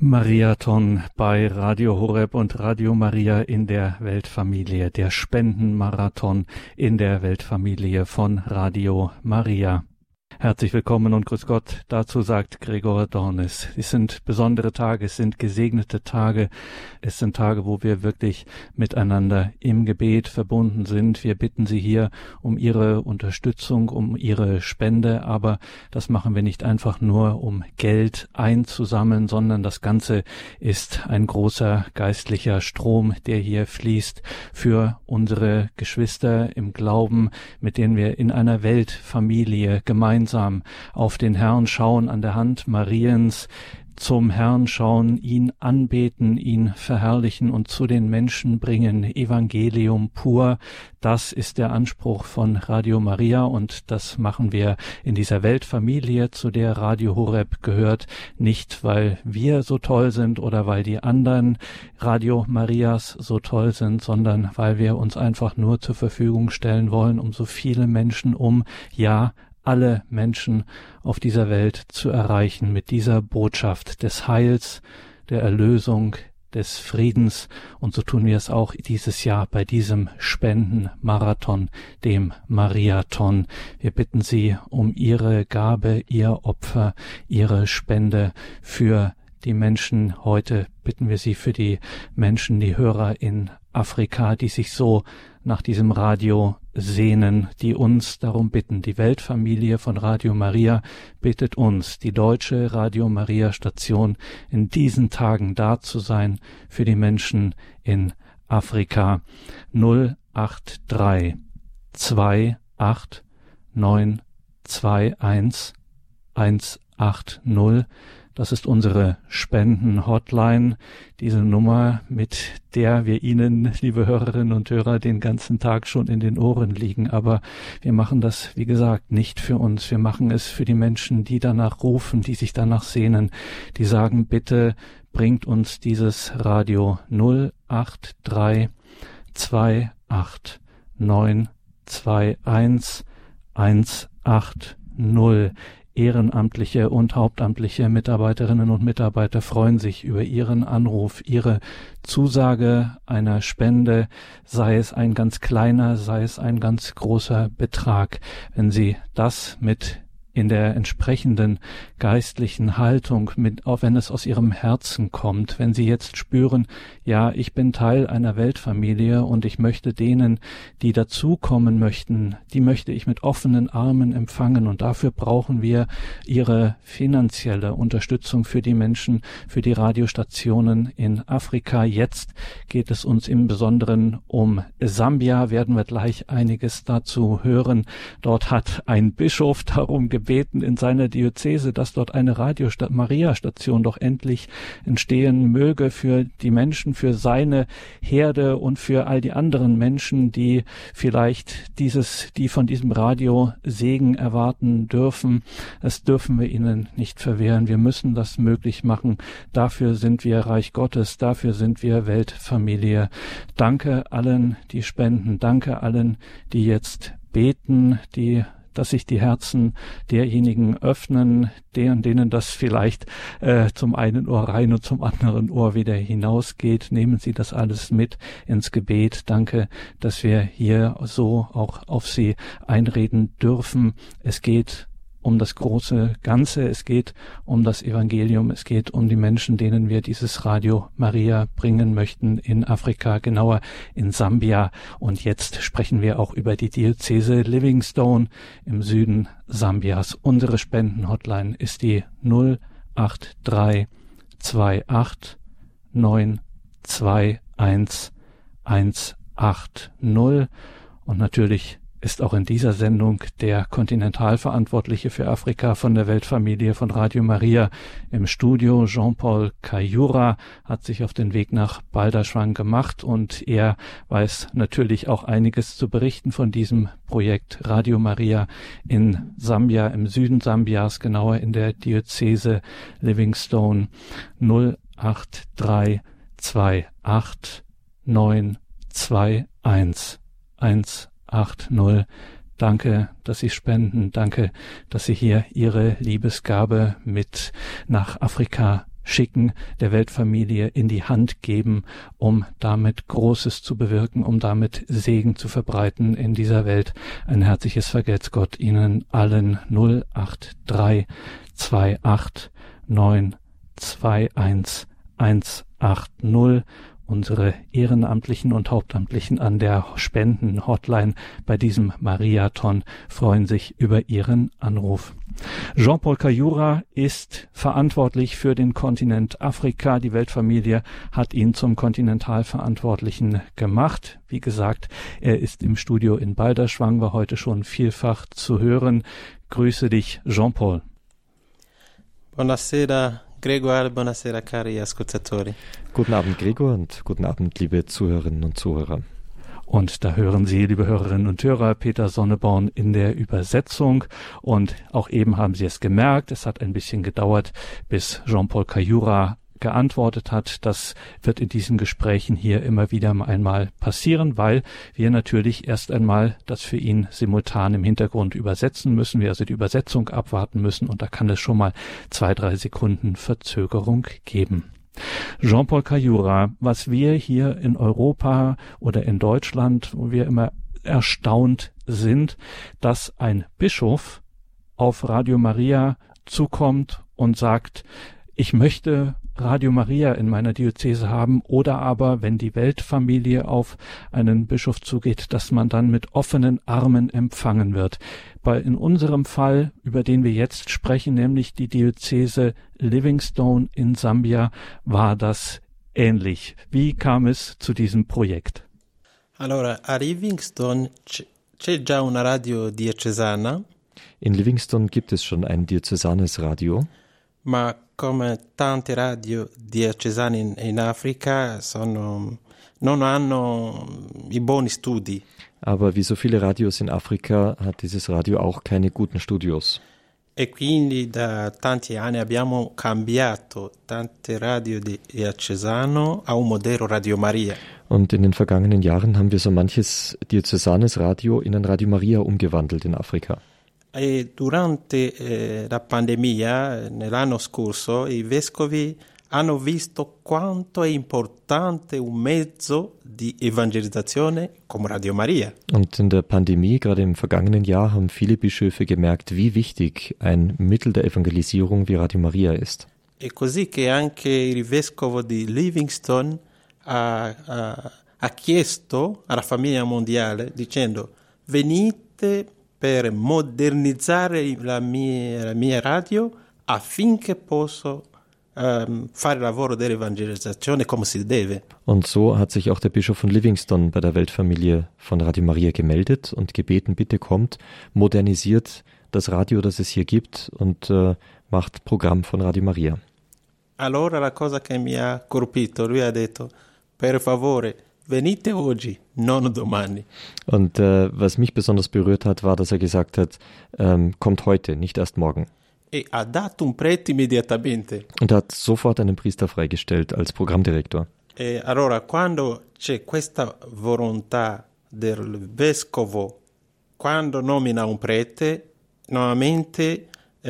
Mariathon bei Radio Horeb und Radio Maria in der Weltfamilie, der Spendenmarathon in der Weltfamilie von Radio Maria. Herzlich willkommen und grüß Gott. Dazu sagt Gregor Dornis. Es sind besondere Tage, es sind gesegnete Tage. Es sind Tage, wo wir wirklich miteinander im Gebet verbunden sind. Wir bitten Sie hier um Ihre Unterstützung, um Ihre Spende. Aber das machen wir nicht einfach nur, um Geld einzusammeln, sondern das Ganze ist ein großer geistlicher Strom, der hier fließt für unsere Geschwister im Glauben, mit denen wir in einer Weltfamilie gemeinsam auf den Herrn schauen, an der Hand Mariens zum Herrn schauen, ihn anbeten, ihn verherrlichen und zu den Menschen bringen. Evangelium pur, das ist der Anspruch von Radio Maria und das machen wir in dieser Weltfamilie, zu der Radio Horeb gehört. Nicht, weil wir so toll sind oder weil die anderen Radio Marias so toll sind, sondern weil wir uns einfach nur zur Verfügung stellen wollen, um so viele Menschen alle Menschen auf dieser Welt zu erreichen mit dieser Botschaft des Heils, der Erlösung, des Friedens. Und so tun wir es auch dieses Jahr bei diesem Spendenmarathon, dem Mariathon. Wir bitten Sie um Ihre Gabe, Ihr Opfer, Ihre Spende für die Menschen. Heute bitten wir Sie für die Menschen, die Hörer in Afrika, die sich so nach diesem Radio sehnen, die uns darum bitten. Die Weltfamilie von Radio Maria bittet uns, die deutsche Radio Maria Station, in diesen Tagen da zu sein für die Menschen in Afrika. 083 28 921 180. Das ist unsere Spenden-Hotline, diese Nummer, mit der wir Ihnen, liebe Hörerinnen und Hörer, den ganzen Tag schon in den Ohren liegen. Aber wir machen das, wie gesagt, nicht für uns. Wir machen es für die Menschen, die danach rufen, die sich danach sehnen, die sagen, bitte bringt uns dieses Radio 083 28 921 180. Ehrenamtliche und hauptamtliche Mitarbeiterinnen und Mitarbeiter freuen sich über Ihren Anruf, Ihre Zusage einer Spende, sei es ein ganz kleiner, sei es ein ganz großer Betrag. Wenn Sie das mit in der entsprechenden geistlichen Haltung, auch wenn es aus Ihrem Herzen kommt, wenn Sie jetzt spüren, ja, ich bin Teil einer Weltfamilie und ich möchte denen, die dazukommen möchten, die möchte ich mit offenen Armen empfangen und dafür brauchen wir Ihre finanzielle Unterstützung für die Menschen, für die Radiostationen in Afrika. Jetzt geht es uns im Besonderen um Sambia, werden wir gleich einiges dazu hören. Dort hat ein Bischof darum gebeten in seiner Diözese, dass dort eine Radio-Maria-Station doch endlich entstehen möge für die Menschen, für seine Herde und für all die anderen Menschen, die vielleicht die von diesem Radio Segen erwarten dürfen. Das dürfen wir ihnen nicht verwehren. Wir müssen das möglich machen. Dafür sind wir Reich Gottes, dafür sind wir Weltfamilie. Danke allen, die spenden. Danke allen, die jetzt beten, dass sich die Herzen derjenigen öffnen, denen das vielleicht zum einen Ohr rein und zum anderen Ohr wieder hinausgeht. Nehmen Sie das alles mit ins Gebet. Danke, dass wir hier so auch auf Sie einreden dürfen. Es geht um das große Ganze, es geht um das Evangelium, es geht um die Menschen, denen wir dieses Radio Maria bringen möchten in Afrika, genauer in Sambia. Und jetzt sprechen wir auch über die Diözese Livingstone im Süden Sambias. Unsere Spendenhotline ist die 083 28 921 180. Und natürlich ist auch in dieser Sendung der Kontinentalverantwortliche für Afrika von der Weltfamilie von Radio Maria im Studio. Jean-Paul Kayura hat sich auf den Weg nach Balderschwang gemacht und er weiß natürlich auch einiges zu berichten von diesem Projekt Radio Maria in Sambia, im Süden Sambias, genauer in der Diözese Livingstone. 083 28 921 180. Danke, dass Sie spenden. Danke, dass Sie hier Ihre Liebesgabe mit nach Afrika schicken, der Weltfamilie in die Hand geben, um damit Großes zu bewirken, um damit Segen zu verbreiten in dieser Welt. Ein herzliches Vergelt's Gott Ihnen allen. 083 28 9 21 180. Unsere Ehrenamtlichen und Hauptamtlichen an der Spenden-Hotline bei diesem Mariathon freuen sich über Ihren Anruf. Jean-Paul Cayura ist verantwortlich für den Kontinent Afrika. Die Weltfamilie hat ihn zum Kontinentalverantwortlichen gemacht. Wie gesagt, er ist im Studio in Balderschwang, war heute schon vielfach zu hören. Grüße dich, Jean-Paul. Buonasera, Gregor, buonasera, cari ascoltatori. Guten Abend, Gregor, und guten Abend, liebe Zuhörerinnen und Zuhörer. Und da hören Sie, liebe Hörerinnen und Hörer, Peter Sonneborn in der Übersetzung. Und auch eben haben Sie es gemerkt, es hat ein bisschen gedauert, bis Jean-Paul Cayura geantwortet hat. Das wird in diesen Gesprächen hier immer wieder einmal passieren, weil wir natürlich erst einmal das für ihn simultan im Hintergrund übersetzen müssen, wir also die Übersetzung abwarten müssen, und da kann es schon mal 2-3 Sekunden Verzögerung geben. Jean-Paul Cayura, was wir hier in Europa oder in Deutschland, wo wir immer erstaunt sind, dass ein Bischof auf Radio Maria zukommt und sagt, ich möchte Radio Maria in meiner Diözese haben, oder aber, wenn die Weltfamilie auf einen Bischof zugeht, dass man dann mit offenen Armen empfangen wird. In unserem Fall, über den wir jetzt sprechen, nämlich die Diözese Livingstone in Sambia, war das ähnlich. Wie kam es zu diesem Projekt? Allora, a Livingstone c'è già una radio diocesana. In Livingstone gibt es schon ein diözesanes Radio. Ma come tante radio diocesane in Africa non hanno i buoni studi. Aber wie so viele Radios in Afrika hat dieses Radio auch keine guten Studios. E quindi da tanti anni abbiamo cambiato tante radio diocesano a un modello Radio Maria. Und in den vergangenen Jahren haben wir so manches diözesanes Radio in ein Radio Maria umgewandelt in Afrika. E durante la pandemia, nell'anno scorso, i vescovi hanno visto quanto è importante un mezzo di evangelizzazione come Radio Maria. Und in der Pandemie, gerade im vergangenen Jahr, haben viele Bischöfe gemerkt, wie wichtig ein Mittel der Evangelisierung wie Radio Maria ist. E così che anche il vescovo di Livingstone ha chiesto alla famiglia mondiale dicendo: venite per modernizzare la mia radio affinché posso fare il lavoro dell'evangelizzazione come si deve. Und so hat sich auch der Bischof von Livingstone bei der Weltfamilie von Radio Maria gemeldet und gebeten, bitte kommt, modernisiert das Radio, das es hier gibt, und macht Programm von Radio Maria. Allora la cosa che mi ha colpito, lui ha detto: per favore, venite oggi, non domani. Und was mich besonders berührt hat, war, dass er gesagt hat, kommt heute, nicht erst morgen. E ha dato un prete immediatamente. Und er hat sofort einen Priester freigestellt als Programmdirektor. E allora quando c'è questa volontà del vescovo, quando nomina un prete, normalmente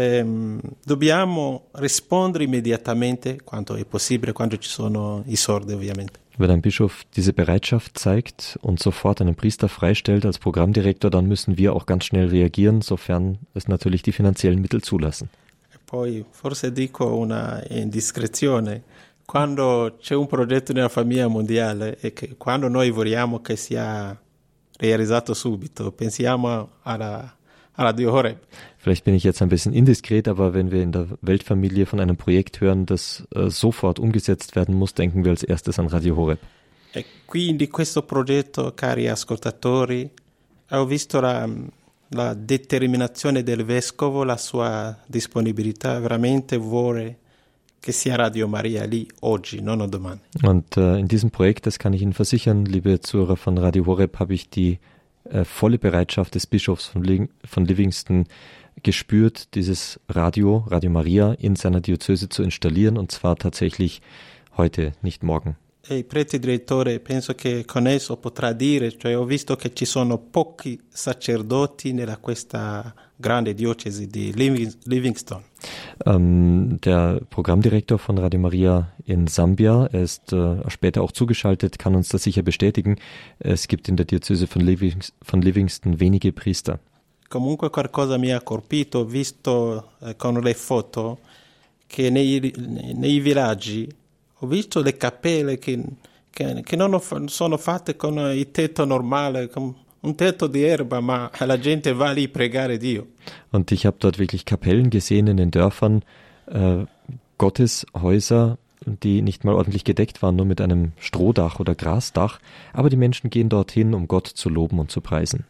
dobbiamo rispondere immediatamente quanto è possibile, quando ci sono i soldi ovviamente. Wenn ein Bischof diese Bereitschaft zeigt und sofort einen Priester freistellt als Programmdirektor, dann müssen wir auch ganz schnell reagieren, sofern es natürlich die finanziellen Mittel zulassen. E poi forse dico una indiscrezione, quando c'è un progetto nella famiglia mondiale e che quando noi vogliamo che sia realizzato subito, pensiamo alla Radio Horeb. Vielleicht bin ich jetzt ein bisschen indiskret, aber wenn wir in der Weltfamilie von einem Projekt hören, das sofort umgesetzt werden muss, denken wir als erstes an Radio Horeb. E quindi questo progetto, cari ascoltatori, ho visto la determinazione del vescovo, la sua disponibilità, veramente vuole che sia Radio Maria lì oggi, non domani. Und in diesem Projekt, das kann ich Ihnen versichern, liebe Zuhörer von Radio Horeb, habe ich die volle Bereitschaft des Bischofs von Livingstone gespürt, dieses Radio Maria, in seiner Diözese zu installieren, und zwar tatsächlich heute, nicht morgen. il prete direttore penso che con esso potrà dire, cioè ho visto che ci sono pochi sacerdoti nella questa grande diocesi di Livingstone. Der Programmdirektor von Radio Maria in Sambia, er ist später auch zugeschaltet, kann uns das sicher bestätigen. Es gibt in der Diözese von Livingstone wenige Priester. Comunque qualcosa mi ha colpito, ho visto con le foto che nei villaggi ho visto le cappelle che non sono fatte con il tetto normale, con un tetto di erba, ma la gente va lì pregare Dio. Und ich habe dort wirklich Kapellen gesehen in den Dörfern, Gotteshäuser, die nicht mal ordentlich gedeckt waren, nur mit einem Strohdach oder Grasdach. Aber die Menschen gehen dorthin, um Gott zu loben und zu preisen.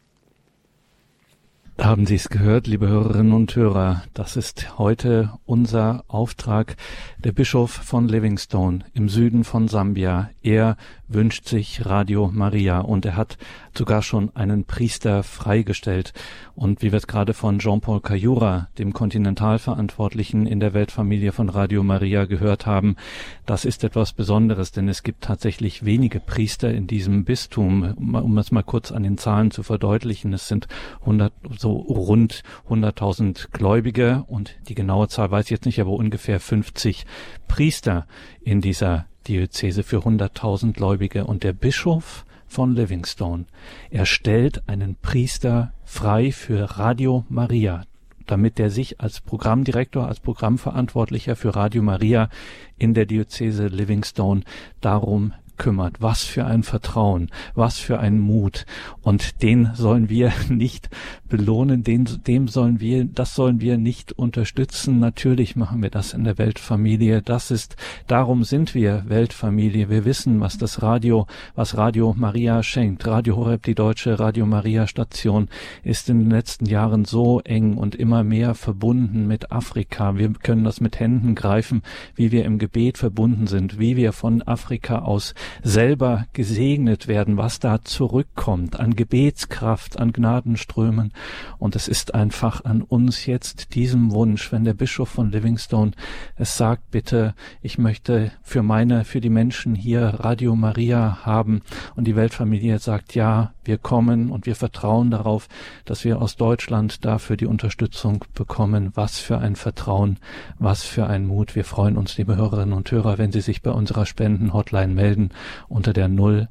Haben Sie es gehört, liebe Hörerinnen und Hörer? Das ist heute unser Auftrag. Der Bischof von Livingstone im Süden von Sambia. Er wünscht sich Radio Maria und er hat sogar schon einen Priester freigestellt. Und wie wir es gerade von Jean-Paul Kayura, dem Kontinentalverantwortlichen in der Weltfamilie von Radio Maria, gehört haben, das ist etwas Besonderes, denn es gibt tatsächlich wenige Priester in diesem Bistum. Um es mal kurz an den Zahlen zu verdeutlichen, es sind rund 100.000 Gläubige und die genaue Zahl weiß ich jetzt nicht, aber ungefähr 50 Priester in dieser Diözese für 100.000 Gläubige. Und der Bischof von Livingstone, er stellt einen Priester frei für Radio Maria, damit er sich als Programmdirektor, als Programmverantwortlicher für Radio Maria in der Diözese Livingstone darum kümmert. Was für ein Vertrauen, was für ein Mut. Und den sollen wir nicht belohnen, das sollen wir nicht unterstützen. Natürlich machen wir das in der Weltfamilie. Darum sind wir Weltfamilie. Wir wissen, was Radio Maria schenkt. Radio Horeb, die deutsche Radio Maria Station, ist in den letzten Jahren so eng und immer mehr verbunden mit Afrika. Wir können das mit Händen greifen, wie wir im Gebet verbunden sind, wie wir von Afrika aus selber gesegnet werden, was da zurückkommt an Gebetskraft, an Gnadenströmen. Und es ist einfach an uns jetzt diesem Wunsch, wenn der Bischof von Livingstone es sagt, bitte, ich möchte für die Menschen hier Radio Maria haben, und die Weltfamilie sagt, ja, wir kommen und wir vertrauen darauf, dass wir aus Deutschland dafür die Unterstützung bekommen. Was für ein Vertrauen, was für ein Mut. Wir freuen uns, liebe Hörerinnen und Hörer, wenn Sie sich bei unserer Spenden-Hotline melden unter der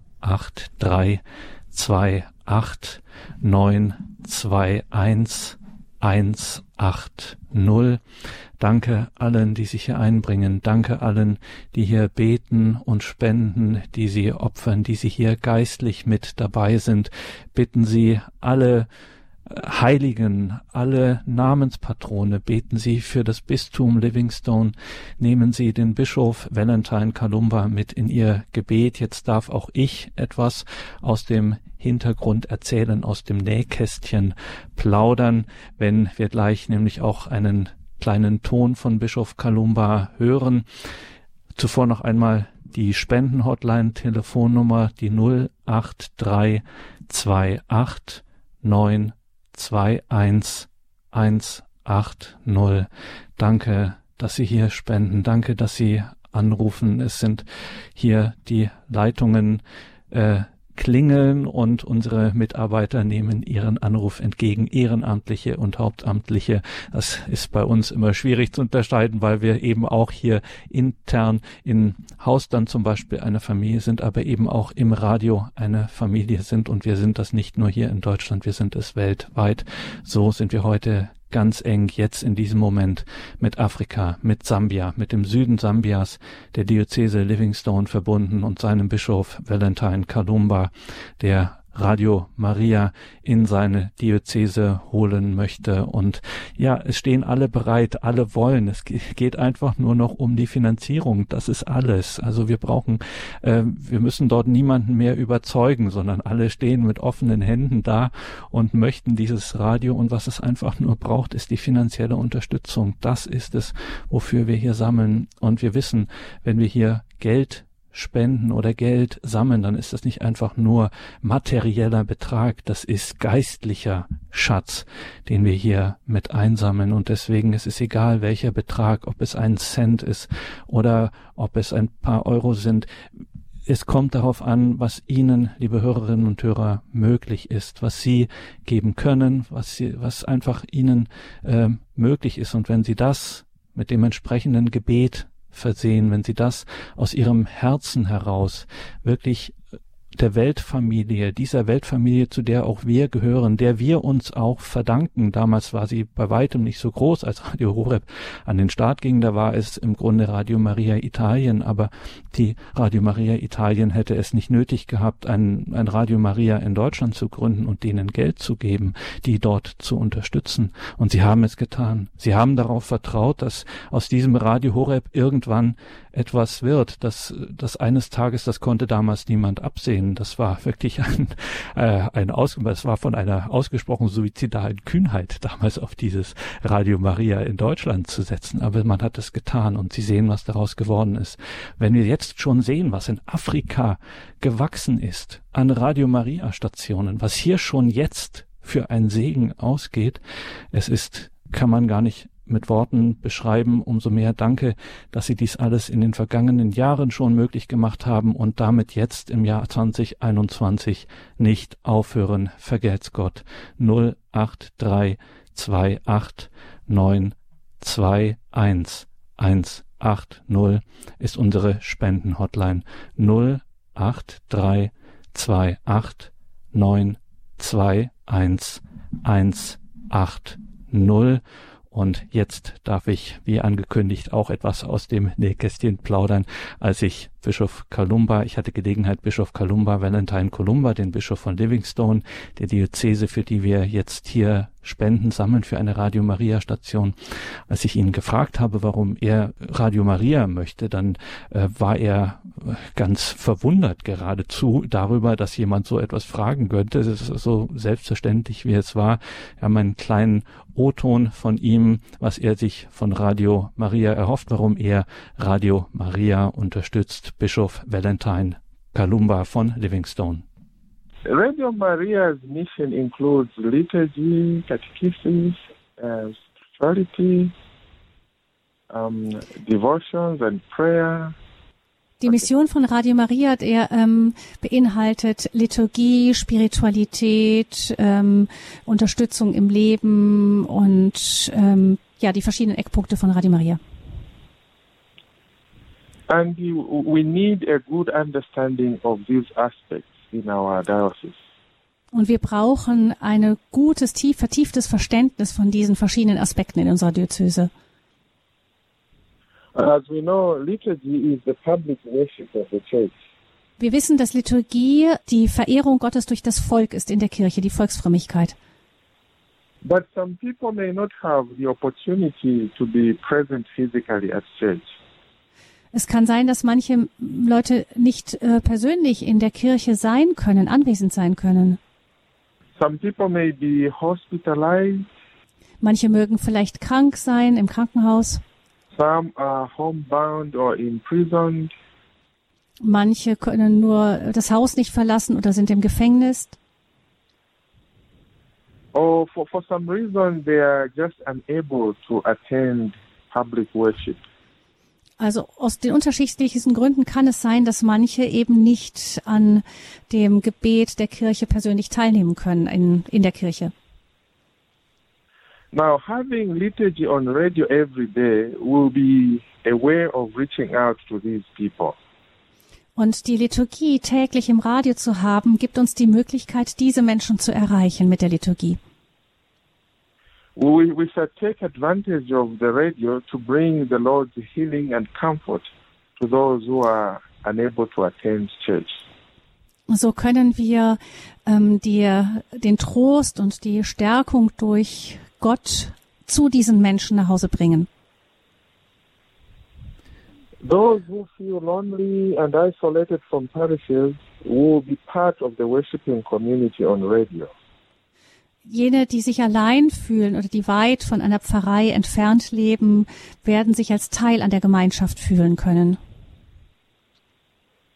08328 921 180. Danke allen, die sich hier einbringen. Danke allen, die hier beten und spenden, die sie opfern, die sie hier geistlich mit dabei sind. Bitten Sie alle Heiligen, alle Namenspatrone, beten Sie für das Bistum Livingstone, nehmen Sie den Bischof Valentine Kalumba mit in Ihr Gebet. Jetzt darf auch ich etwas aus dem Hintergrund erzählen, aus dem Nähkästchen plaudern, wenn wir gleich nämlich auch einen kleinen Ton von Bischof Kalumba hören. Zuvor noch einmal die Spenden-Hotline-Telefonnummer, die 08328 921 180. Danke, dass Sie hier spenden. Danke, dass Sie anrufen. Es sind hier die Leitungen klingeln und unsere Mitarbeiter nehmen Ihren Anruf entgegen, Ehrenamtliche und Hauptamtliche. Das ist bei uns immer schwierig zu unterscheiden, weil wir eben auch hier intern im Haus dann zum Beispiel eine Familie sind, aber eben auch im Radio eine Familie sind, und wir sind das nicht nur hier in Deutschland, wir sind es weltweit. So sind wir heute ganz eng jetzt in diesem Moment mit Afrika, mit Sambia, mit dem Süden Sambias, der Diözese Livingstone verbunden und seinem Bischof Valentine Kalumba, der Radio Maria in seine Diözese holen möchte. Und ja, es stehen alle bereit, alle wollen. Es geht einfach nur noch um die Finanzierung. Das ist alles. Also wir müssen dort niemanden mehr überzeugen, sondern alle stehen mit offenen Händen da und möchten dieses Radio. Und was es einfach nur braucht, ist die finanzielle Unterstützung. Das ist es, wofür wir hier sammeln. Und wir wissen, wenn wir hier Geld spenden oder Geld sammeln, dann ist das nicht einfach nur materieller Betrag, das ist geistlicher Schatz, den wir hier mit einsammeln. Und deswegen ist es egal, welcher Betrag, ob es ein Cent ist oder ob es ein paar Euro sind. Es kommt darauf an, was Ihnen, liebe Hörerinnen und Hörer, möglich ist, was Sie geben können, was einfach Ihnen möglich ist. Und wenn Sie das mit dem entsprechenden Gebet versehen, wenn Sie das aus Ihrem Herzen heraus wirklich der Weltfamilie, dieser Weltfamilie, zu der auch wir gehören, der wir uns auch verdanken. Damals war sie bei weitem nicht so groß, als Radio Horeb an den Start ging. Da war es im Grunde Radio Maria Italien, aber die Radio Maria Italien hätte es nicht nötig gehabt, ein Radio Maria in Deutschland zu gründen und denen Geld zu geben, die dort zu unterstützen. Und sie haben es getan. Sie haben darauf vertraut, dass aus diesem Radio Horeb irgendwann etwas wird, das eines Tages, das konnte damals niemand absehen. Das war wirklich das war von einer ausgesprochen suizidalen Kühnheit, damals auf dieses Radio Maria in Deutschland zu setzen. Aber man hat es getan und Sie sehen, was daraus geworden ist. Wenn wir jetzt schon sehen, was in Afrika gewachsen ist an Radio Maria Stationen, was hier schon jetzt für ein Segen ausgeht, kann man gar nicht mit Worten beschreiben. Umso mehr danke, dass Sie dies alles in den vergangenen Jahren schon möglich gemacht haben und damit jetzt im Jahr 2021 nicht aufhören. Vergelt's Gott. 08328921180 ist unsere Spendenhotline. 08328921180. Und jetzt darf ich, wie angekündigt, auch etwas aus dem Nähkästchen plaudern. Als ich ich hatte Gelegenheit, Bischof Kalumba, Valentine Kolumba, den Bischof von Livingstone, der Diözese, für die wir jetzt hier Spenden sammeln für eine Radio Maria Station. Als ich ihn gefragt habe, warum er Radio Maria möchte, dann war er ganz verwundert geradezu darüber, dass jemand so etwas fragen könnte. Es ist so selbstverständlich, wie es war. Wir haben einen kleinen O-Ton von ihm, was er sich von Radio Maria erhofft, warum er Radio Maria unterstützt. Bischof Valentine Kolumba von Livingstone. Radio Maria's mission includes liturgy, catechesis, spirituality, devotions and prayer. Die Mission von Radio Maria, beinhaltet Liturgie, Spiritualität, Unterstützung im Leben und die verschiedenen Eckpunkte von Radio Maria. And we need a good understanding of these aspects in our diocese. Und wir brauchen ein gutes, vertieftes Verständnis von diesen verschiedenen Aspekten in unserer Diözese. As we know, liturgy is the public worship of the church. Wir wissen, dass Liturgie die Verehrung Gottes durch das Volk ist in der Kirche, die Volksfrömmigkeit. But some people may not have the opportunity to be present physically at church. Es kann sein, dass manche Leute nicht persönlich in der Kirche sein können, anwesend sein können. Some people may be hospitalized. Manche mögen vielleicht krank sein, im Krankenhaus. Some are homebound or imprisoned. Manche können nur das Haus nicht verlassen oder sind im Gefängnis. Or for some reason they are just unable to attend public worship. Also aus den unterschiedlichsten Gründen kann es sein, dass manche eben nicht an dem Gebet der Kirche persönlich teilnehmen können in der Kirche. Now, having liturgy on radio every day will be a way of reaching out to these people. Und die Liturgie täglich im Radio zu haben, gibt uns die Möglichkeit, diese Menschen zu erreichen mit der Liturgie. We shall take advantage of the radio to bring the Lord's healing and comfort to those who are unable to attend church. So können wir den Trost und die Stärkung durch Gott zu diesen Menschen nach Hause bringen. Those who feel lonely and isolated from parishes will be part of the worshiping community on radio. Jene, die sich allein fühlen oder die weit von einer Pfarrei entfernt leben, werden sich als Teil an der Gemeinschaft fühlen können.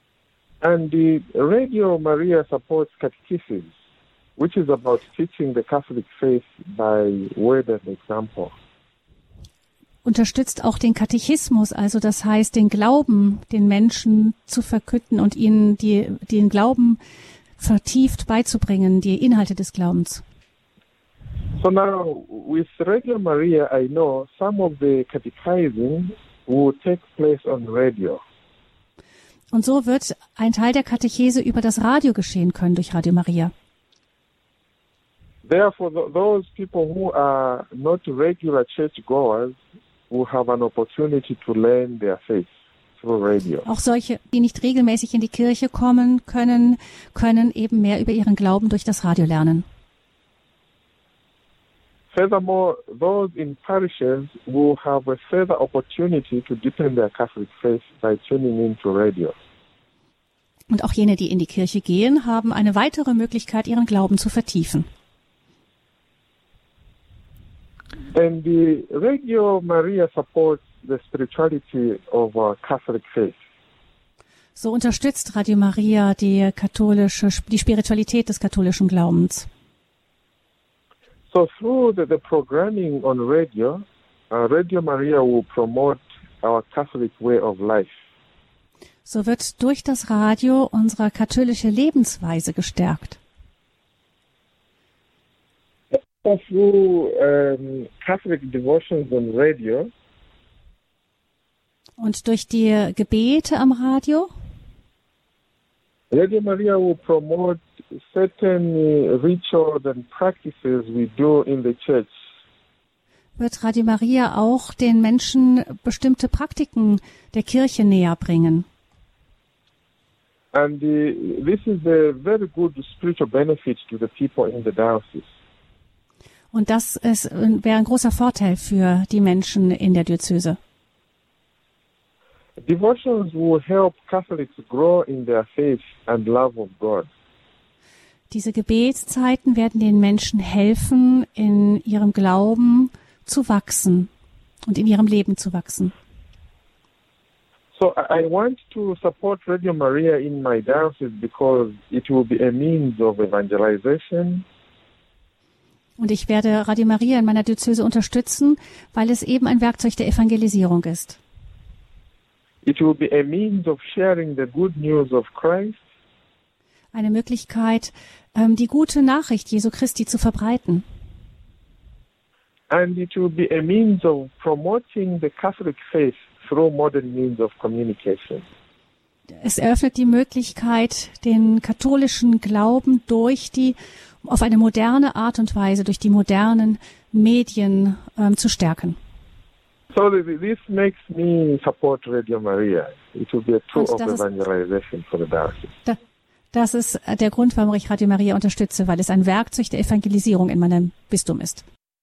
And the Radio Maria supports catechesis, which is about teaching the Catholic faith by word and example. Unterstützt auch den Katechismus, also das heißt, den Glauben den Menschen zu verkünden und ihnen den Glauben vertieft beizubringen, die Inhalte des Glaubens. So now, with Radio Maria, I know some of the catechizing will take place on radio. Und so wird ein Teil der Katechese über das Radio geschehen können durch Radio Maria. Therefore, those people who are not regular churchgoers will have an opportunity to learn their faith through radio. Auch solche, die nicht regelmäßig in die Kirche kommen können eben mehr über ihren Glauben durch das Radio lernen. Furthermore, those in parishes will have a further opportunity to deepen their Catholic faith by tuning into radio. Und auch jene, die in die Kirche gehen, haben eine weitere Möglichkeit, ihren Glauben zu vertiefen. And the Radio Maria supports the spirituality of our Catholic faith. So unterstützt Radio Maria die Spiritualität des katholischen Glaubens. So through the programming on radio, Radio Maria will promote our Catholic way of life. So wird durch das Radio unsere katholische Lebensweise gestärkt. Through Catholic devotions on radio. Und durch die Gebete am Radio. Radio Maria will promote certain rituals and practices we do in the church. Wird Radio Maria auch den Menschen bestimmte Praktiken der Kirche näher bringen. And this is a very good spiritual benefit to the people in the diocese. Und das wäre ein großer Vorteil für die Menschen in der Diözese. Devotions will help Catholics grow in their faith and love of God. Diese Gebetszeiten werden den Menschen helfen, in ihrem Glauben zu wachsen und in ihrem Leben zu wachsen. So I want to support Radio Maria in my diocese because it will be a means of evangelization. Und ich werde Radio Maria in meiner Diözese unterstützen, weil es eben ein Werkzeug der Evangelisierung ist. It will be a means of sharing the good news of Christ. Eine Möglichkeit, die gute Nachricht Jesu Christi zu verbreiten. And it will be a means of promoting the Catholic faith through modern means of communication. Es eröffnet die Möglichkeit, den katholischen Glauben auf eine moderne Art und Weise durch die modernen Medien zu stärken. So this makes me support Radio Maria. It will be a tool of evangelization for the diocese. Das ist der Grund, warum ich Radio Maria unterstütze, weil es ein Werkzeug der Evangelisierung in meinem Bistum ist.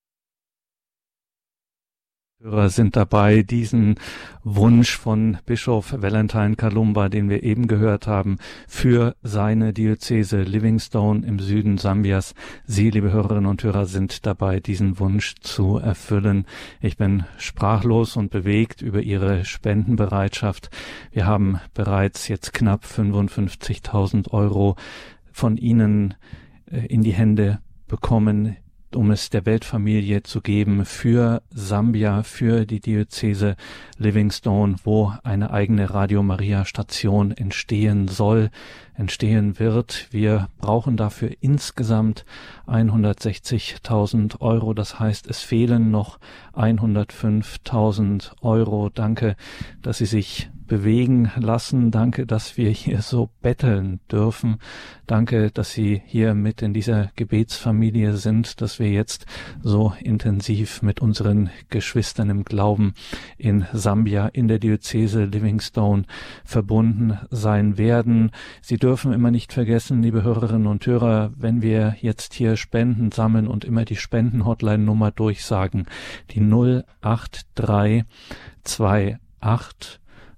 Hörer sind dabei, diesen Wunsch von Bischof Valentine Kalumba, den wir eben gehört haben, für seine Diözese Livingstone im Süden Sambias. Sie, liebe Hörerinnen und Hörer, sind dabei, diesen Wunsch zu erfüllen. Ich bin sprachlos und bewegt über Ihre Spendenbereitschaft. Wir haben bereits jetzt knapp 55.000 € von Ihnen in die Hände bekommen, um es der Weltfamilie zu geben für Sambia, für die Diözese Livingstone, wo eine eigene Radio Maria Station entstehen wird. Wir brauchen dafür insgesamt 160.000 €. Das heißt, es fehlen noch 105.000 €. Danke, dass Sie sich bewegen lassen. Danke, dass wir hier so betteln dürfen. Danke, dass Sie hier mit in dieser Gebetsfamilie sind, dass wir jetzt so intensiv mit unseren Geschwistern im Glauben in Sambia, in der Diözese Livingstone verbunden sein werden. Sie dürfen immer nicht vergessen, liebe Hörerinnen und Hörer, wenn wir jetzt hier Spenden sammeln und immer die Spenden-Hotline-Nummer durchsagen, die 083 28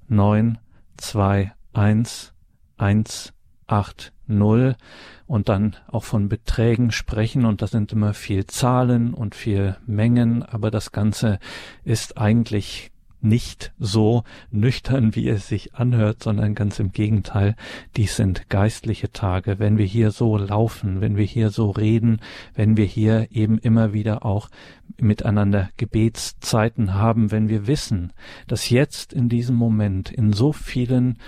921 180 und dann auch von Beträgen sprechen, und das sind immer viel Zahlen und viel Mengen, aber das Ganze ist eigentlich nicht so nüchtern, wie es sich anhört, sondern ganz im Gegenteil. Dies sind geistliche Tage, wenn wir hier so laufen, wenn wir hier so reden, wenn wir hier eben immer wieder auch miteinander Gebetszeiten haben, wenn wir wissen, dass jetzt in diesem Moment an so vielen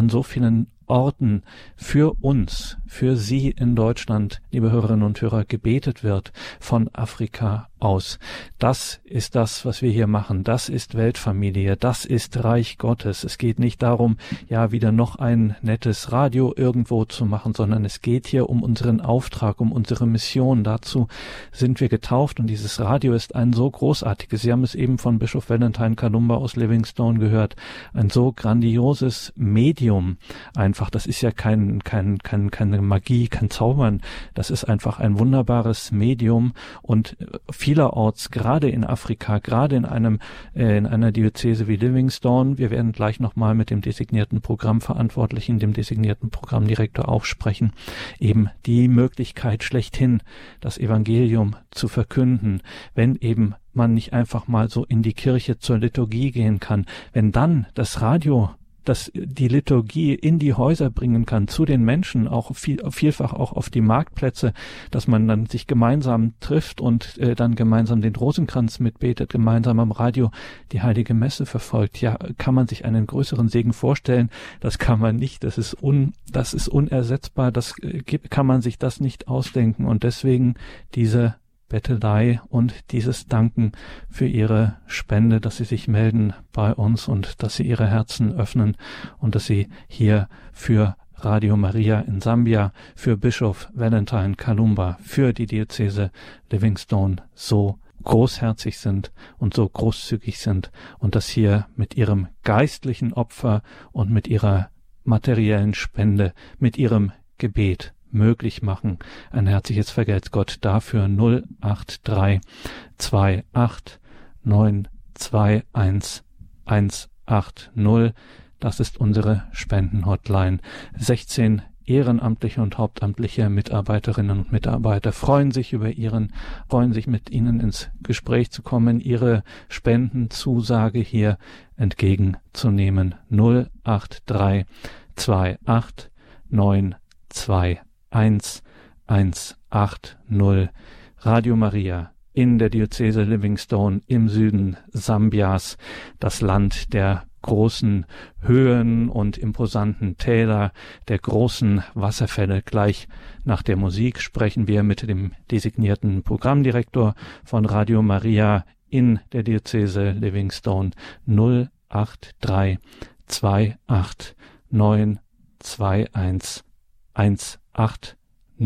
Orten für uns, für Sie in Deutschland, liebe Hörerinnen und Hörer, gebetet wird von Afrika aus. Das ist das, was wir hier machen. Das ist Weltfamilie. Das ist Reich Gottes. Es geht nicht darum, ja, wieder noch ein nettes Radio irgendwo zu machen, sondern es geht hier um unseren Auftrag, um unsere Mission. Dazu sind wir getauft und dieses Radio ist ein so großartiges, Sie haben es eben von Bischof Valentine Kalumba aus Livingstone gehört, ein so grandioses Medium einfach. Das ist ja keine Magie, kein Zaubern. Das ist einfach ein wunderbares Medium und vielerorts, gerade in Afrika, gerade in einer Diözese wie Livingstone, wir werden gleich nochmal mit dem designierten Programmverantwortlichen, dem designierten Programmdirektor auch sprechen, eben die Möglichkeit schlechthin, das Evangelium zu verkünden, wenn eben man nicht einfach mal so in die Kirche zur Liturgie gehen kann, wenn dann das Radio das die Liturgie in die Häuser bringen kann, zu den Menschen, auch vielfach auch auf die Marktplätze, dass man dann sich gemeinsam trifft und dann gemeinsam den Rosenkranz mitbetet, gemeinsam am Radio die Heilige Messe verfolgt. Ja, kann man sich einen größeren Segen vorstellen? Das kann man nicht. Das ist unersetzbar. Kann man sich das nicht ausdenken. Und deswegen diese Bettelei und dieses Danken für Ihre Spende, dass Sie sich melden bei uns und dass Sie Ihre Herzen öffnen und dass Sie hier für Radio Maria in Sambia, für Bischof Valentine Kalumba, für die Diözese Livingstone so großherzig sind und so großzügig sind und dass hier mit Ihrem geistlichen Opfer und mit Ihrer materiellen Spende, mit Ihrem Gebet möglich machen. Ein herzliches Vergelt's Gott dafür 083 28 921 180. Das ist unsere Spendenhotline. 16 ehrenamtliche und hauptamtliche Mitarbeiterinnen und Mitarbeiter freuen sich mit Ihnen ins Gespräch zu kommen, ihre Spendenzusage hier entgegenzunehmen. 083 28 921 180. Radio Maria in der Diözese Livingstone im Süden Sambias, das Land der großen Höhen und imposanten Täler, der großen Wasserfälle. Gleich nach der Musik sprechen wir mit dem designierten Programmdirektor von Radio Maria in der Diözese Livingstone. 083 28 921 180.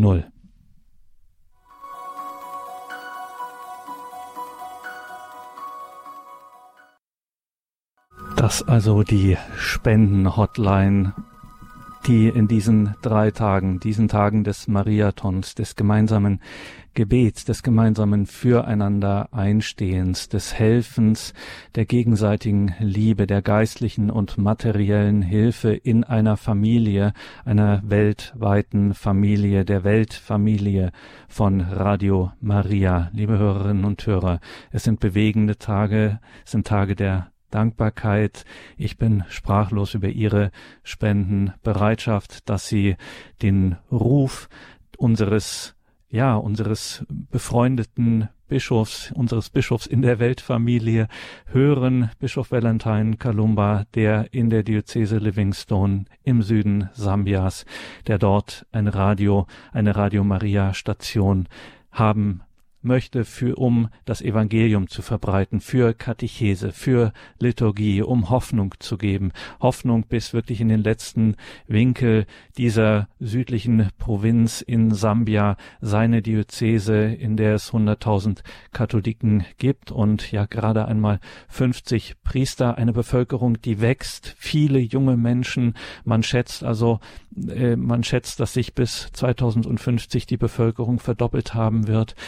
Das also die Spendenhotline, die in diesen 3 Tagen, diesen Tagen des Mariathons, des gemeinsamen Gebets, des gemeinsamen Füreinander Einstehens, des Helfens, der gegenseitigen Liebe, der geistlichen und materiellen Hilfe in einer Familie, einer weltweiten Familie, der Weltfamilie von Radio Maria. Liebe Hörerinnen und Hörer, es sind bewegende Tage, es sind Tage der Dankbarkeit. Ich bin sprachlos über Ihre Spendenbereitschaft, dass Sie den Ruf unseres befreundeten Bischofs, unseres Bischofs in der Weltfamilie hören, Bischof Valentine Kalumba, der in der Diözese Livingstone im Süden Sambias, der dort eine Radio Maria Station haben möchte, um das Evangelium zu verbreiten, für Katechese, für Liturgie, um Hoffnung zu geben. Hoffnung bis wirklich in den letzten Winkel dieser südlichen Provinz in Sambia, seine Diözese, in der es 100.000 Katholiken gibt und ja gerade einmal 50 Priester, eine Bevölkerung, die wächst, viele junge Menschen. Man schätzt, dass sich bis 2050 die Bevölkerung verdoppelt haben wird. Das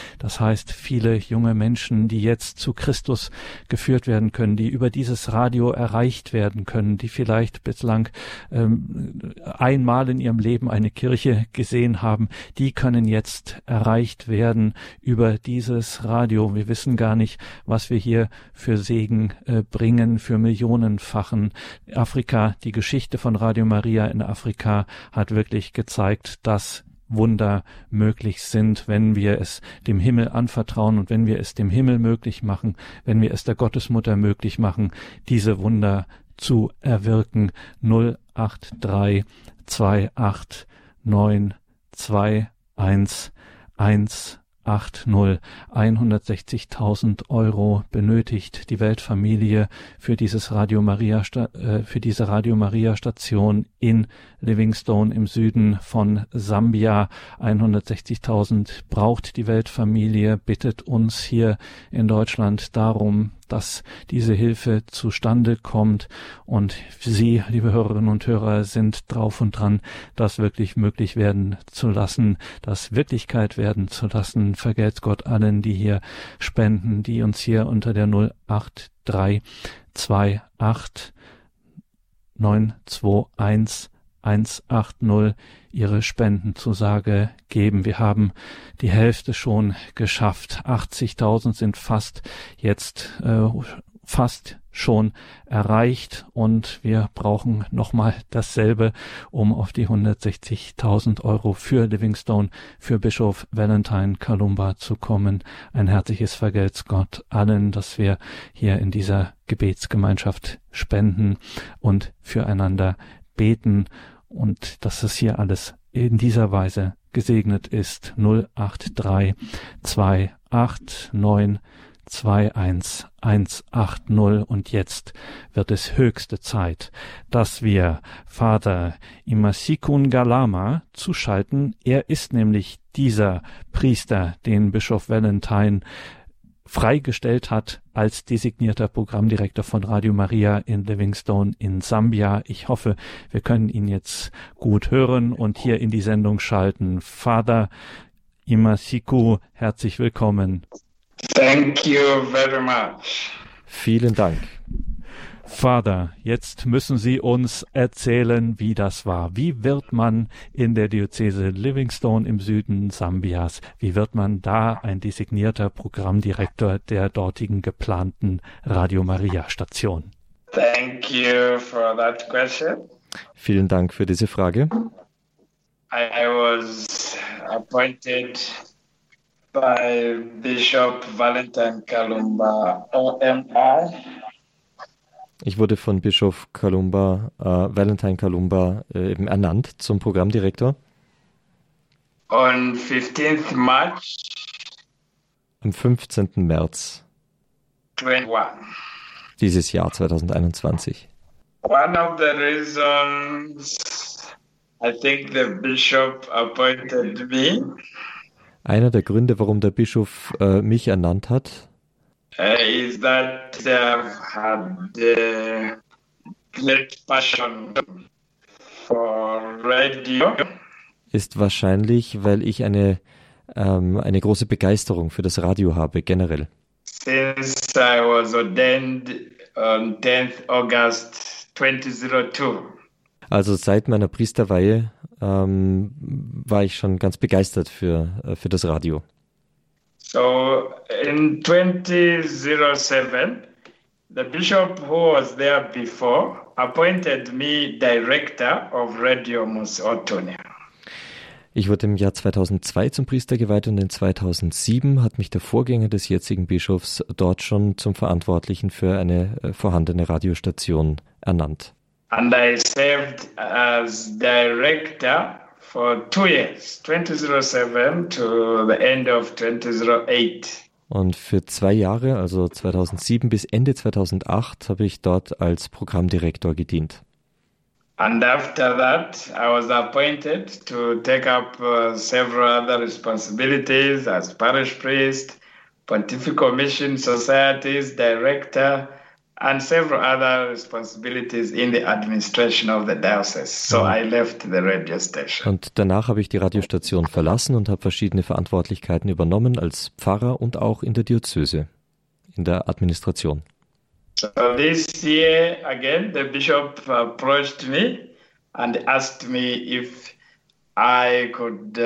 heißt, viele junge Menschen, die jetzt zu Christus geführt werden können, die über dieses Radio erreicht werden können, die vielleicht bislang einmal in ihrem Leben eine Kirche gesehen haben, die können jetzt erreicht werden über dieses Radio. Wir wissen gar nicht, was wir hier für Segen bringen, für millionenfachen. Afrika, die Geschichte von Radio Maria in Afrika hat wirklich gezeigt, dass Wunder möglich sind, wenn wir es dem Himmel anvertrauen und wenn wir es dem Himmel möglich machen, wenn wir es der Gottesmutter möglich machen, diese Wunder zu erwirken. 083 28 9 21 180. 160.000 Euro benötigt die Weltfamilie für dieses Radio Maria, für diese Radio Maria Station in Livingstone im Süden von Sambia. 160.000 braucht die Weltfamilie, bittet uns hier in Deutschland darum, dass diese Hilfe zustande kommt, und Sie, liebe Hörerinnen und Hörer, sind drauf und dran, das wirklich möglich werden zu lassen, das Wirklichkeit werden zu lassen. Vergelt's Gott allen, die hier spenden, die uns hier unter der 083 28 921 180 ihre Spendenzusage geben. Wir haben die Hälfte schon geschafft. 80.000 sind fast schon erreicht, und wir brauchen nochmal dasselbe, um auf die 160.000 Euro für Livingstone, für Bischof Valentine Kalumba zu kommen. Ein herzliches Vergelt's Gott allen, dass wir hier in dieser Gebetsgemeinschaft spenden und füreinander beten, und dass es hier alles in dieser Weise gesegnet ist. 083 28 9 21 180. Und jetzt wird es höchste Zeit, dass wir Vater Imasikun Galama zuschalten. Er ist nämlich dieser Priester, den Bischof Valentine freigestellt hat als designierter Programmdirektor von Radio Maria in Livingstone in Sambia. Ich hoffe, wir können ihn jetzt gut hören und hier in die Sendung schalten. Vater Imasiku, herzlich willkommen. Thank you very much. Vielen Dank. Vater, jetzt müssen Sie uns erzählen, wie das war. Wie wird man in der Diözese Livingstone im Süden Sambias, wie wird man da ein designierter Programmdirektor der dortigen geplanten Radio Maria Station? Thank you for that question. Vielen Dank für diese Frage. I was appointed by Bishop Valentine Kalumba, OMR. Ich wurde von Bischof Kalumba, Valentine Kalumba, eben ernannt zum Programmdirektor. On 15th March am 15. März 21. Dieses Jahr 2021. One of the reasons I think the bishop appointed me. Einer der Gründe, warum der Bischof mich ernannt hat, is that had great passion for radio. Ist wahrscheinlich, weil ich eine große Begeisterung für das Radio habe, generell. Since I was ordained on 10th August 2002. Also seit meiner Priesterweihe war ich schon ganz begeistert für das Radio. So in 2007, the bishop who was there before appointed me director of Radio Mos Otonia. Ich wurde im Jahr 2002 zum Priester geweiht, und in 2007 hat mich der Vorgänger des jetzigen Bischofs dort schon zum Verantwortlichen für eine vorhandene Radiostation ernannt. And I served as director for 2 years, 2007 to the end of 2008. Und für 2 Jahre, also 2007 bis Ende 2008, habe ich dort als Programmdirektor gedient. And after that, I was appointed to take up several other responsibilities as parish priest, Pontifical Mission Societies director, and several other responsibilities in the administration of the diocese. So I left the radio station. Und danach habe ich die Radiostation verlassen und habe verschiedene Verantwortlichkeiten übernommen als Pfarrer und auch in der Diözese, in der Administration. So this year again, the bishop approached me and asked me if I could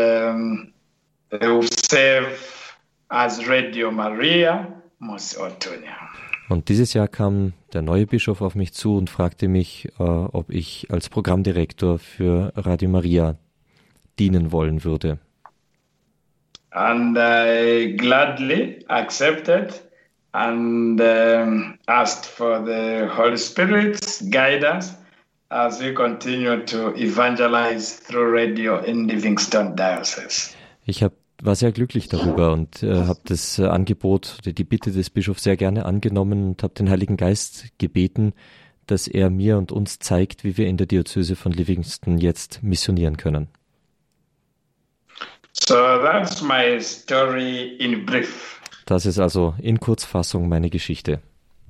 serve as Radio Maria, Mos Otonia. Und dieses Jahr kam der neue Bischof auf mich zu und fragte mich, ob ich als Programmdirektor für Radio Maria dienen wollen würde. And I gladly accepted and asked for the Holy Spirit's guidance as we continue to evangelize through radio in Livingstone Diocese. Ich war sehr glücklich darüber und habe das Angebot, die Bitte des Bischofs sehr gerne angenommen und habe den Heiligen Geist gebeten, dass er mir und uns zeigt, wie wir in der Diözese von Livingston jetzt missionieren können. So that's my story in brief. Das ist also in Kurzfassung meine Geschichte.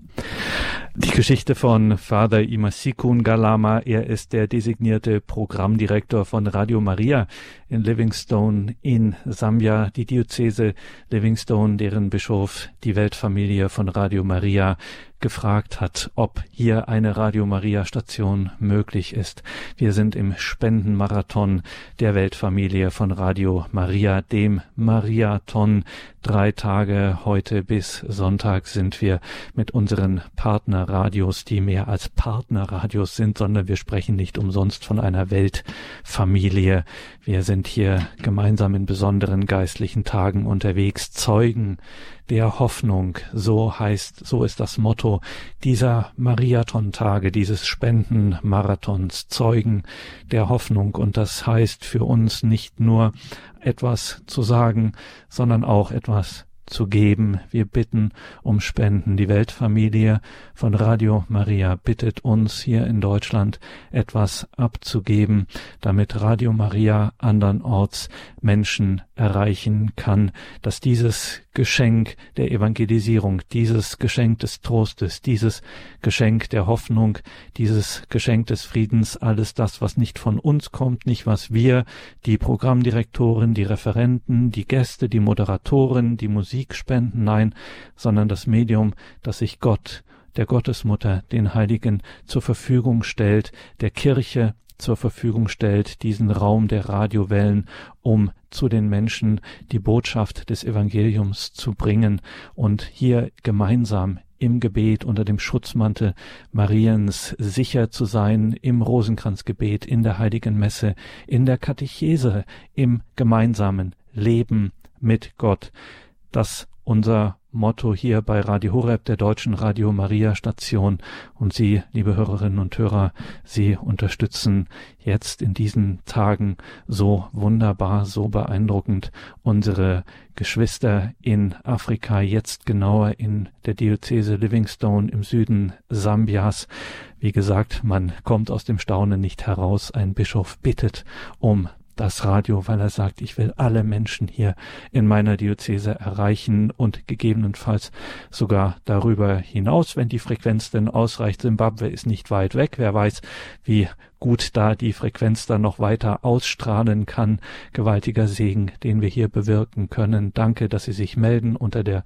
Die Geschichte von Father Imasiku Ngalama. Er ist der designierte Programmdirektor von Radio Maria in Livingstone in Sambia. Die Diözese Livingstone, deren Bischof die Weltfamilie von Radio Maria gefragt hat, ob hier eine Radio Maria Station möglich ist. Wir sind im Spendenmarathon der Weltfamilie von Radio Maria, dem Mariathon. 3 Tage, heute bis Sonntag sind wir mit unseren Partnerradios, die mehr als Partnerradios sind, sondern wir sprechen nicht umsonst von einer Weltfamilie. Wir sind hier gemeinsam in besonderen geistlichen Tagen unterwegs, Zeugen der Hoffnung, so ist das Motto dieser Mariathon-Tage, dieses Spendenmarathons, Zeugen der Hoffnung. Und das heißt für uns nicht nur etwas zu sagen, sondern auch etwas zu geben. Wir bitten um Spenden. Die Weltfamilie von Radio Maria bittet uns hier in Deutschland etwas abzugeben, damit Radio Maria andernorts Menschen erreichen kann, dass dieses Geschenk der Evangelisierung, dieses Geschenk des Trostes, dieses Geschenk der Hoffnung, dieses Geschenk des Friedens, alles das, was nicht von uns kommt, nicht was wir, die Programmdirektoren, die Referenten, die Gäste, die Moderatoren, die Musik spenden, nein, sondern das Medium, das sich Gott, der Gottesmutter, den Heiligen zur Verfügung stellt, der Kirche zur Verfügung stellt, diesen Raum der Radiowellen, um zu den Menschen die Botschaft des Evangeliums zu bringen und hier gemeinsam im Gebet unter dem Schutzmantel Mariens sicher zu sein, im Rosenkranzgebet, in der Heiligen Messe, in der Katechese, im gemeinsamen Leben mit Gott. Das unser Motto hier bei Radio Horeb, der deutschen Radio Maria Station. Und Sie, liebe Hörerinnen und Hörer, Sie unterstützen jetzt in diesen Tagen so wunderbar, so beeindruckend unsere Geschwister in Afrika, jetzt genauer in der Diözese Livingstone im Süden Sambias. Wie gesagt, man kommt aus dem Staunen nicht heraus. Ein Bischof bittet um das Radio, weil er sagt, ich will alle Menschen hier in meiner Diözese erreichen und gegebenenfalls sogar darüber hinaus, wenn die Frequenz denn ausreicht. Simbabwe ist nicht weit weg. Wer weiß, wie gut da die Frequenz dann noch weiter ausstrahlen kann. Gewaltiger Segen, den wir hier bewirken können. Danke, dass Sie sich melden unter der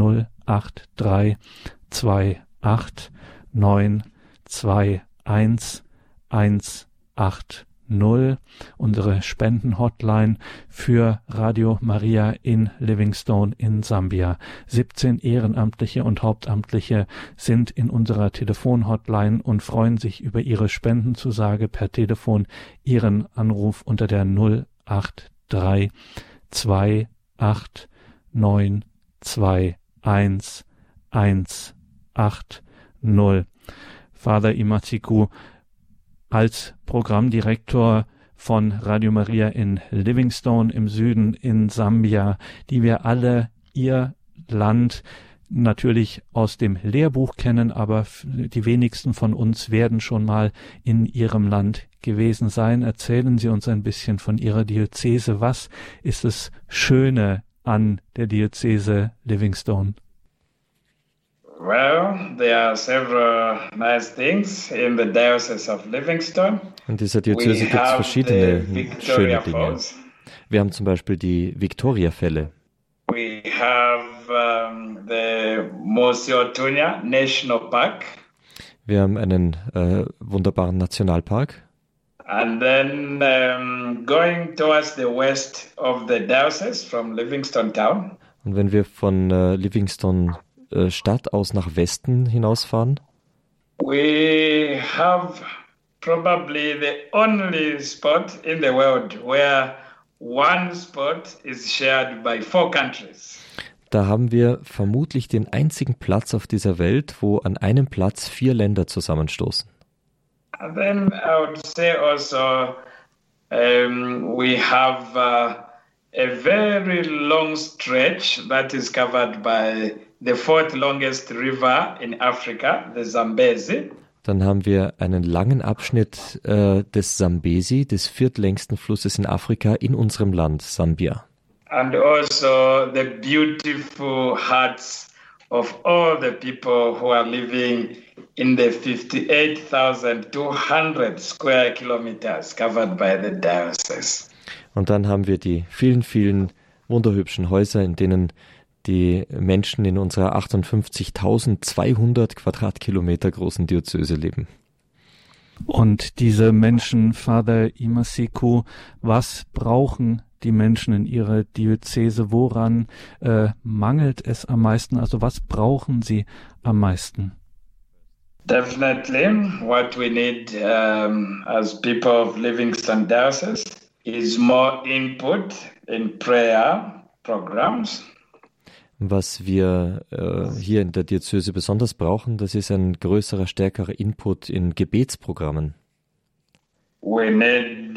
08328 921 180. Unsere Spendenhotline für Radio Maria in Livingstone in Sambia. 17 Ehrenamtliche und Hauptamtliche sind in unserer Telefonhotline und freuen sich über Ihre Spendenzusage per Telefon. Ihren Anruf unter der 08328 921 180. Father Imasiku, als Programmdirektor von Radio Maria in Livingstone im Süden in Sambia, die wir alle Ihr Land natürlich aus dem Lehrbuch kennen, aber die wenigsten von uns werden schon mal in Ihrem Land gewesen sein. Erzählen Sie uns ein bisschen von Ihrer Diözese. Was ist das Schöne an der Diözese Livingstone? Well, there are several nice things in the Diocese of Livingston. In dieser Diözese gibt es verschiedene schöne Dinge. Wir haben zum Beispiel die Victoria-Fälle. We have the Mosi-oa-Tunya National Park. Wir haben einen wunderbaren Nationalpark. And then going towards the west of the diocese from Livingston town. Und wenn wir von Livingston Stadt aus nach Westen hinausfahren, we have probably the only spot in the world where one spot is shared by 4 countries. da haben wir vermutlich den einzigen Platz auf dieser Welt, wo an einem Platz 4 Länder zusammenstoßen. And then I would say also we have a very long stretch that is covered by the 4th longest river in Africa, the Zambezi. Dann haben wir einen langen Abschnitt des Zambezi, des 4. Flusses in Afrika, in unserem Land, Sambia. And also the beautiful hearts of all the people who are living in the 58,200 square kilometers covered by the diocese. Und dann haben wir die vielen, vielen wunderhübschen Häuser, in denen die Menschen in unserer 58.200 Quadratkilometer großen Diözese leben. Und diese Menschen, Father Imasiku, was brauchen die Menschen in ihrer Diözese? Woran mangelt es am meisten? Also was brauchen sie am meisten? Definitely what we need as people of Livingston Diocese is more input in prayer programs. Was wir hier in der Diözese besonders brauchen, das ist ein größerer, stärkerer Input in Gebetsprogrammen. We need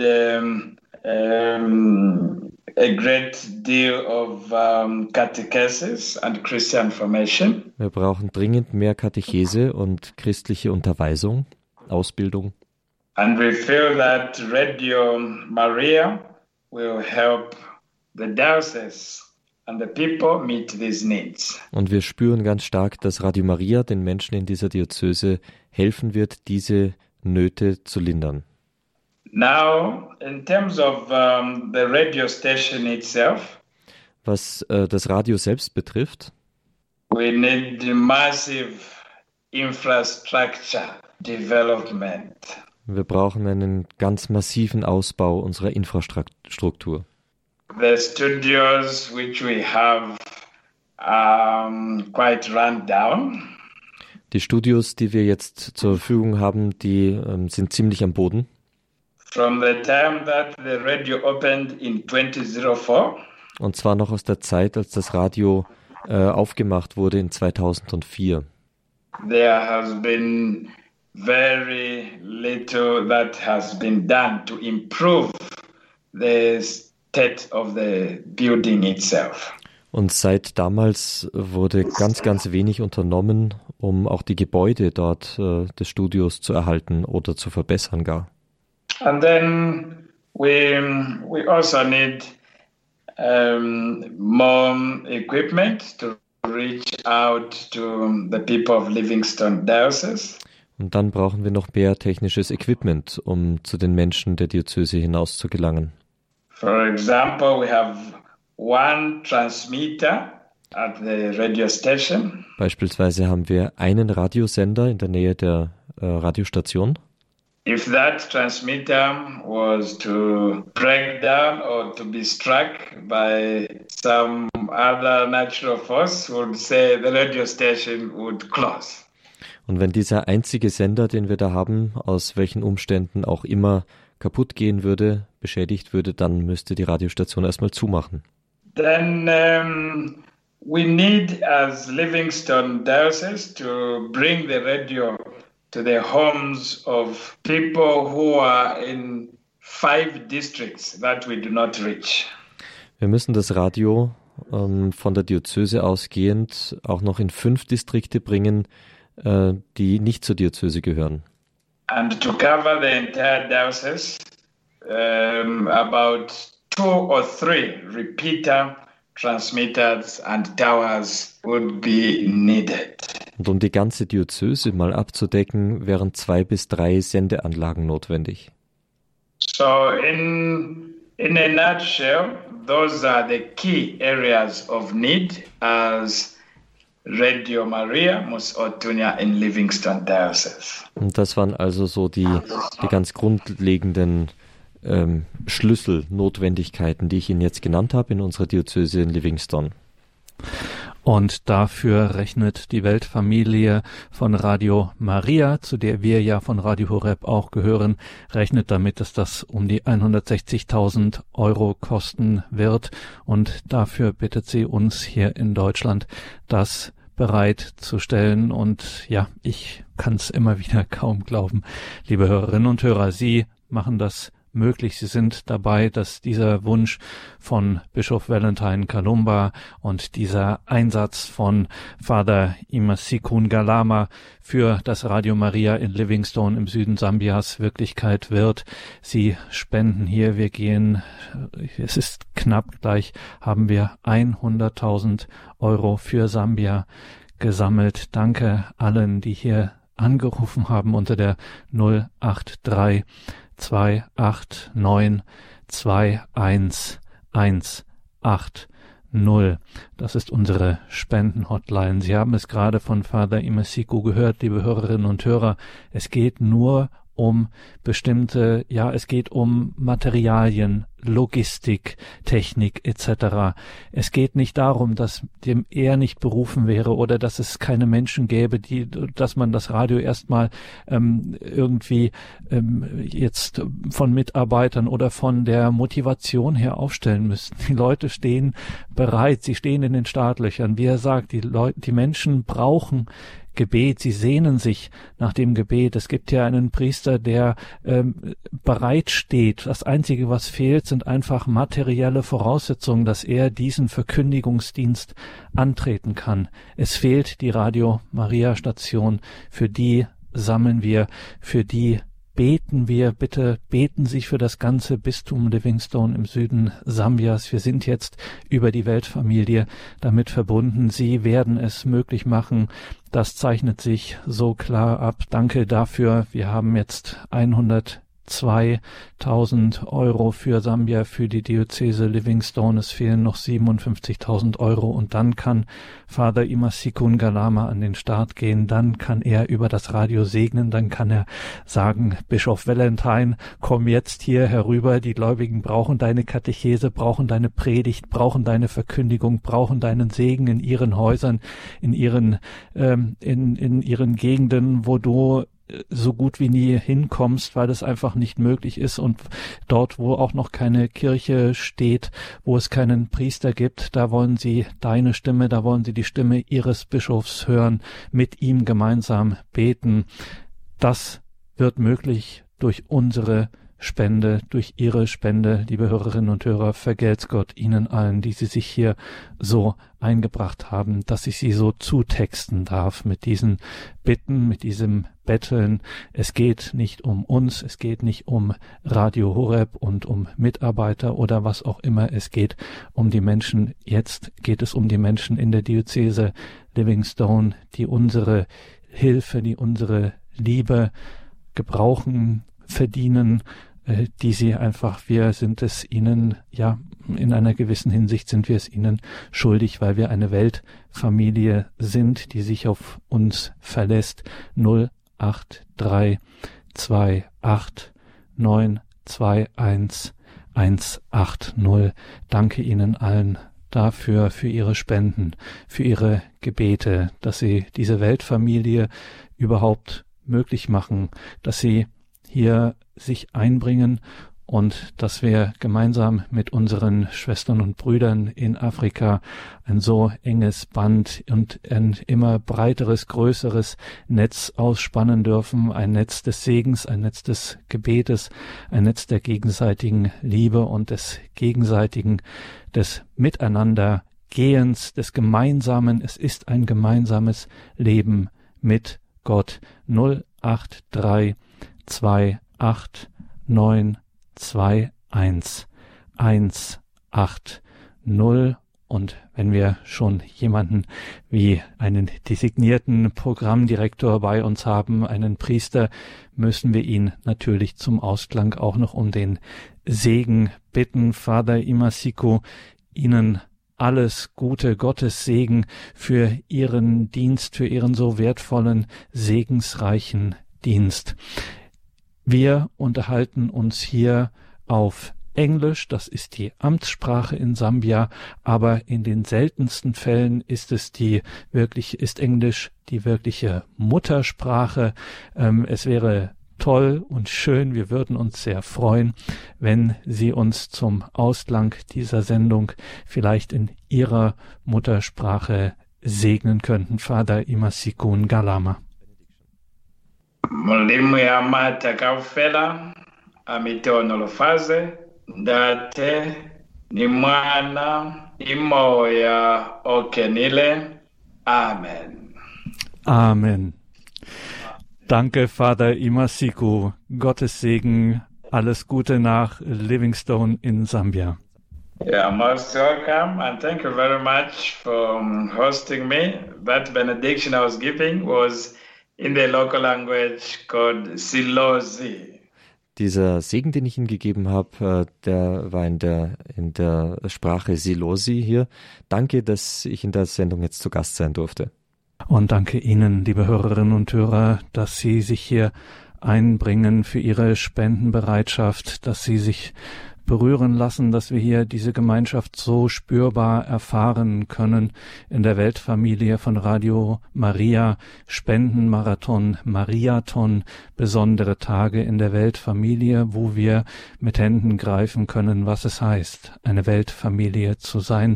a great deal of catechesis and Christian formation. Wir brauchen dringend mehr Katechese und christliche Unterweisung, Ausbildung. And we feel that Radio Maria will help the diocese and the people meet these needs. Und wir spüren ganz stark, dass Radio Maria den Menschen in dieser Diözese helfen wird, diese Nöte zu lindern. Now, in terms of the radio station itself, was das Radio selbst betrifft, we need massive infrastructure development. Wir brauchen einen ganz massiven Ausbau unserer Infrastruktur. The studios which we have quite run down. Die Studios, die wir jetzt zur Verfügung haben, die sind ziemlich am Boden. From the time that the radio opened in 2004. Und zwar noch aus der Zeit, als das Radio aufgemacht wurde in 2004. There has been very little that has been done to improve the state of the building itself. Und seit damals wurde ganz, ganz wenig unternommen, um auch die Gebäude dort des Studios zu erhalten oder zu verbessern gar. And then we also need more equipment to reach out to the people of Livingston Diocese. Und dann brauchen wir noch mehr technisches Equipment, um zu den Menschen der Diözese hinaus zu gelangen. For example, we have one transmitter at the radio station. Beispielsweise haben wir einen Radiosender in der Nähe der Radiostation. If that transmitter was to break down or to be struck by some other natural force, would say the radio station would close. Und wenn dieser einzige Sender, den wir da haben, aus welchen Umständen auch immer kaputt gehen würde, beschädigt würde, dann müsste die Radiostation erstmal zumachen. Then we need as Livingston Diocese to bring the radio to the homes of people who are in 5 districts that we do not reach. Wir müssen das Radio von der Diözese ausgehend auch noch in 5 Distrikte bringen, die nicht zur Diözese gehören. And to cover the entire diocese, about 2 or 3 repeater transmitters and towers would be needed. Und um die ganze Diözese mal abzudecken, wären 2 bis 3 Sendeanlagen notwendig. So in a nutshell, those are the key areas of need as Radio Maria Mus Ortuña in Livingstone Diocese. Und das waren also so die ganz grundlegenden Schlüsselnotwendigkeiten, die ich Ihnen jetzt genannt habe in unserer Diözese in Livingstone. Und dafür rechnet die Weltfamilie von Radio Maria, zu der wir ja von Radio Horeb auch gehören, rechnet damit, dass das um die 160.000 Euro kosten wird. Und dafür bittet sie uns hier in Deutschland, das bereitzustellen. Und ja, ich kann es immer wieder kaum glauben, liebe Hörerinnen und Hörer, Sie machen das möglich. Sie sind dabei, dass dieser Wunsch von Bischof Valentine Kalumba und dieser Einsatz von Father Imasiku Ngalama für das Radio Maria in Livingstone im Süden Sambias Wirklichkeit wird. Sie spenden hier, wir gehen, es ist knapp, gleich haben wir 100.000 Euro für Sambia gesammelt. Danke allen, die hier angerufen haben unter der 083 289 21180. Das ist unsere Spendenhotline. Sie haben es gerade von Father Imasiku gehört, liebe Hörerinnen und Hörer. Es geht nur um bestimmte, es geht um Materialien, Logistik, Technik etc. Es geht nicht darum, dass dem er nicht berufen wäre oder dass es keine Menschen gäbe, dass man das Radio erstmal jetzt von Mitarbeitern oder von der Motivation her aufstellen müsste. Die Leute stehen bereit, sie stehen in den Startlöchern. Wie er sagt, die Menschen brauchen Gebet, sie sehnen sich nach dem Gebet. Es gibt ja einen Priester, der bereit steht. Das Einzige, was fehlt, sind einfach materielle Voraussetzungen, dass er diesen Verkündigungsdienst antreten kann. Es fehlt die Radio Maria Station, für die sammeln wir, für die beten wir. Bitte beten Sie für das ganze Bistum Livingstone im Süden Sambias. Wir sind jetzt über die Weltfamilie damit verbunden. Sie werden es möglich machen. Das zeichnet sich so klar ab. Danke dafür. Wir haben jetzt 102.000 Euro für Sambia, für die Diözese Livingstone. Es fehlen noch 57.000 Euro und dann kann Father Imasiku Ngalama an den Start gehen. Dann kann er über das Radio segnen. Dann kann er sagen, Bischof Valentine, komm jetzt hier herüber. Die Gläubigen brauchen deine Katechese, brauchen deine Predigt, brauchen deine Verkündigung, brauchen deinen Segen in ihren Häusern, in ihren Gegenden, wo du so gut wie nie hinkommst, weil es einfach nicht möglich ist und dort, wo auch noch keine Kirche steht, wo es keinen Priester gibt, da wollen sie deine Stimme, da wollen sie die Stimme ihres Bischofs hören, mit ihm gemeinsam beten. Das wird möglich durch unsere Spende, durch Ihre Spende, liebe Hörerinnen und Hörer. Vergelt's Gott Ihnen allen, die Sie sich hier so eingebracht haben, dass ich Sie so zutexten darf mit diesen Bitten, mit diesem Betteln. Es geht nicht um uns, es geht nicht um Radio Horeb und um Mitarbeiter oder was auch immer. Es geht um die Menschen. Jetzt geht es um die Menschen in der Diözese Livingstone, die unsere Hilfe, die unsere Liebe gebrauchen, verdienen, die sie einfach, wir sind es ihnen, in einer gewissen Hinsicht sind wir es ihnen schuldig, weil wir eine Weltfamilie sind, die sich auf uns verlässt. 083 289 21180. Danke Ihnen allen dafür, für Ihre Spenden, für Ihre Gebete, dass Sie diese Weltfamilie überhaupt möglich machen, dass Sie hier sich einbringen und dass wir gemeinsam mit unseren Schwestern und Brüdern in Afrika ein so enges Band und ein immer breiteres, größeres Netz ausspannen dürfen, ein Netz des Segens, ein Netz des Gebetes, ein Netz der gegenseitigen Liebe und des Miteinandergehens, des Gemeinsamen. Es ist ein gemeinsames Leben mit Gott. 083 289 21180 Und wenn wir schon jemanden wie einen designierten Programmdirektor bei uns haben, einen Priester, müssen wir ihn natürlich zum Ausklang auch noch um den Segen bitten. Father Imasiku, Ihnen alles Gute, Gottes Segen für Ihren Dienst, für Ihren so wertvollen, segensreichen Dienst. Wir unterhalten uns hier auf Englisch, das ist die Amtssprache in Sambia, aber in den seltensten Fällen ist Englisch die wirkliche Muttersprache. Es wäre toll und schön, wir würden uns sehr freuen, wenn Sie uns zum Ausklang dieser Sendung vielleicht in Ihrer Muttersprache segnen könnten. Father Imasiku Ngalama. Mulimu ya mata kaufela amitono lofaze date ni mwana imoya okenile. Amen. Amen. Danke, Father Imasiku. Gottes Segen. Alles Gute nach Livingstone in Sambia. Yeah, most welcome, and thank you very much for hosting me. That benediction I was giving was in the local language called Silozi. Dieser Segen, den ich Ihnen gegeben habe, der war in der Sprache Silozi hier. Danke, dass ich in der Sendung jetzt zu Gast sein durfte. Und danke Ihnen, liebe Hörerinnen und Hörer, dass Sie sich hier einbringen für Ihre Spendenbereitschaft, dass Sie sich berühren lassen, dass wir hier diese Gemeinschaft so spürbar erfahren können in der Weltfamilie von Radio Maria, Spendenmarathon, Mariathon, besondere Tage in der Weltfamilie, wo wir mit Händen greifen können, was es heißt, eine Weltfamilie zu sein.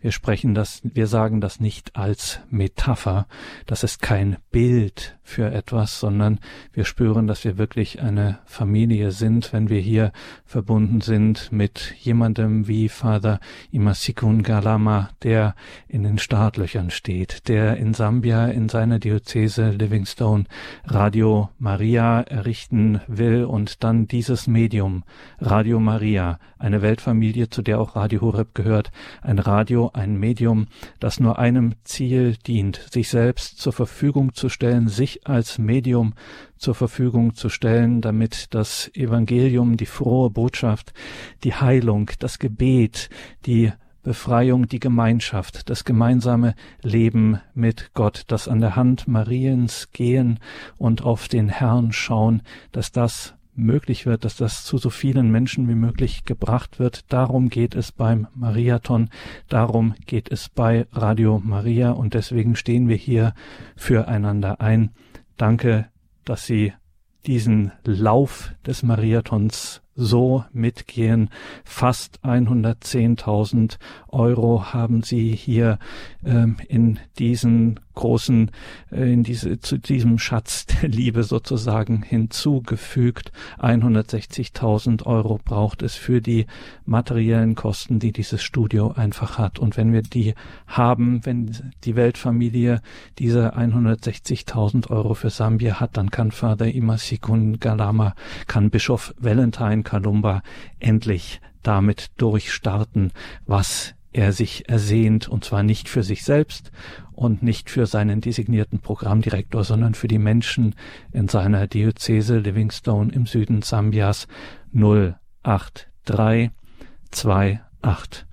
Wir sagen das nicht als Metapher, das ist kein Bild für etwas, sondern wir spüren, dass wir wirklich eine Familie sind, wenn wir hier verbunden sind mit jemandem wie Father Imasiku Ngalama, der in den Startlöchern steht, der in Sambia in seiner Diözese Livingstone Radio Maria errichten will und dann dieses Medium, Radio Maria, eine Weltfamilie, zu der auch Radio Horeb gehört, ein Radio, ein Medium, das nur einem Ziel dient, sich selbst zur Verfügung zu stellen, sich als Medium zur Verfügung zu stellen, damit das Evangelium, die frohe Botschaft, die Heilung, das Gebet, die Befreiung, die Gemeinschaft, das gemeinsame Leben mit Gott, das an der Hand Mariens gehen und auf den Herrn schauen, dass das möglich wird, dass das zu so vielen Menschen wie möglich gebracht wird. Darum geht es beim Mariathon, darum geht es bei Radio Maria und deswegen stehen wir hier füreinander ein. Danke, dass Sie diesen Lauf des Mariathons so mitgehen. Fast 110.000 € haben Sie hier in diesen großen, zu diesem Schatz der Liebe sozusagen hinzugefügt. 160.000 € braucht es für die materiellen Kosten, die dieses Studio einfach hat. Und wenn wir die haben, wenn die Weltfamilie diese 160.000 € für Sambia hat, dann kann Father Imasiku Ngalama, kann Bischof Valentine Kalumba endlich damit durchstarten, was er sich ersehnt, und zwar nicht für sich selbst und nicht für seinen designierten Programmdirektor, sondern für die Menschen in seiner Diözese Livingstone im Süden Sambias. 083 28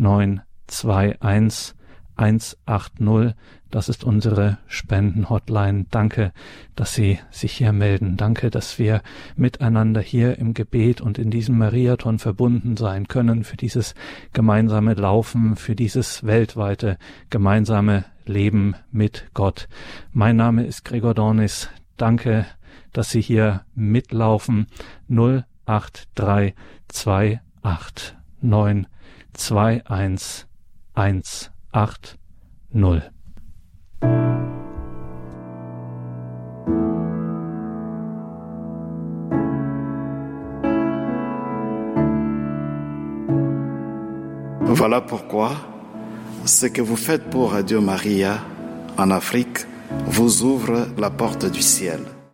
921 180. Das ist unsere Spenden-Hotline. Danke, dass Sie sich hier melden. Danke, dass wir miteinander hier im Gebet und in diesem Mariathon verbunden sein können für dieses gemeinsame Laufen, für dieses weltweite gemeinsame Leben mit Gott. Mein Name ist Gregor Dornis. Danke, dass Sie hier mitlaufen. 083 28 921 180. Voilà pourquoi ce que vous faites pour Radio Maria en Afrique vous ouvre la porte du ciel.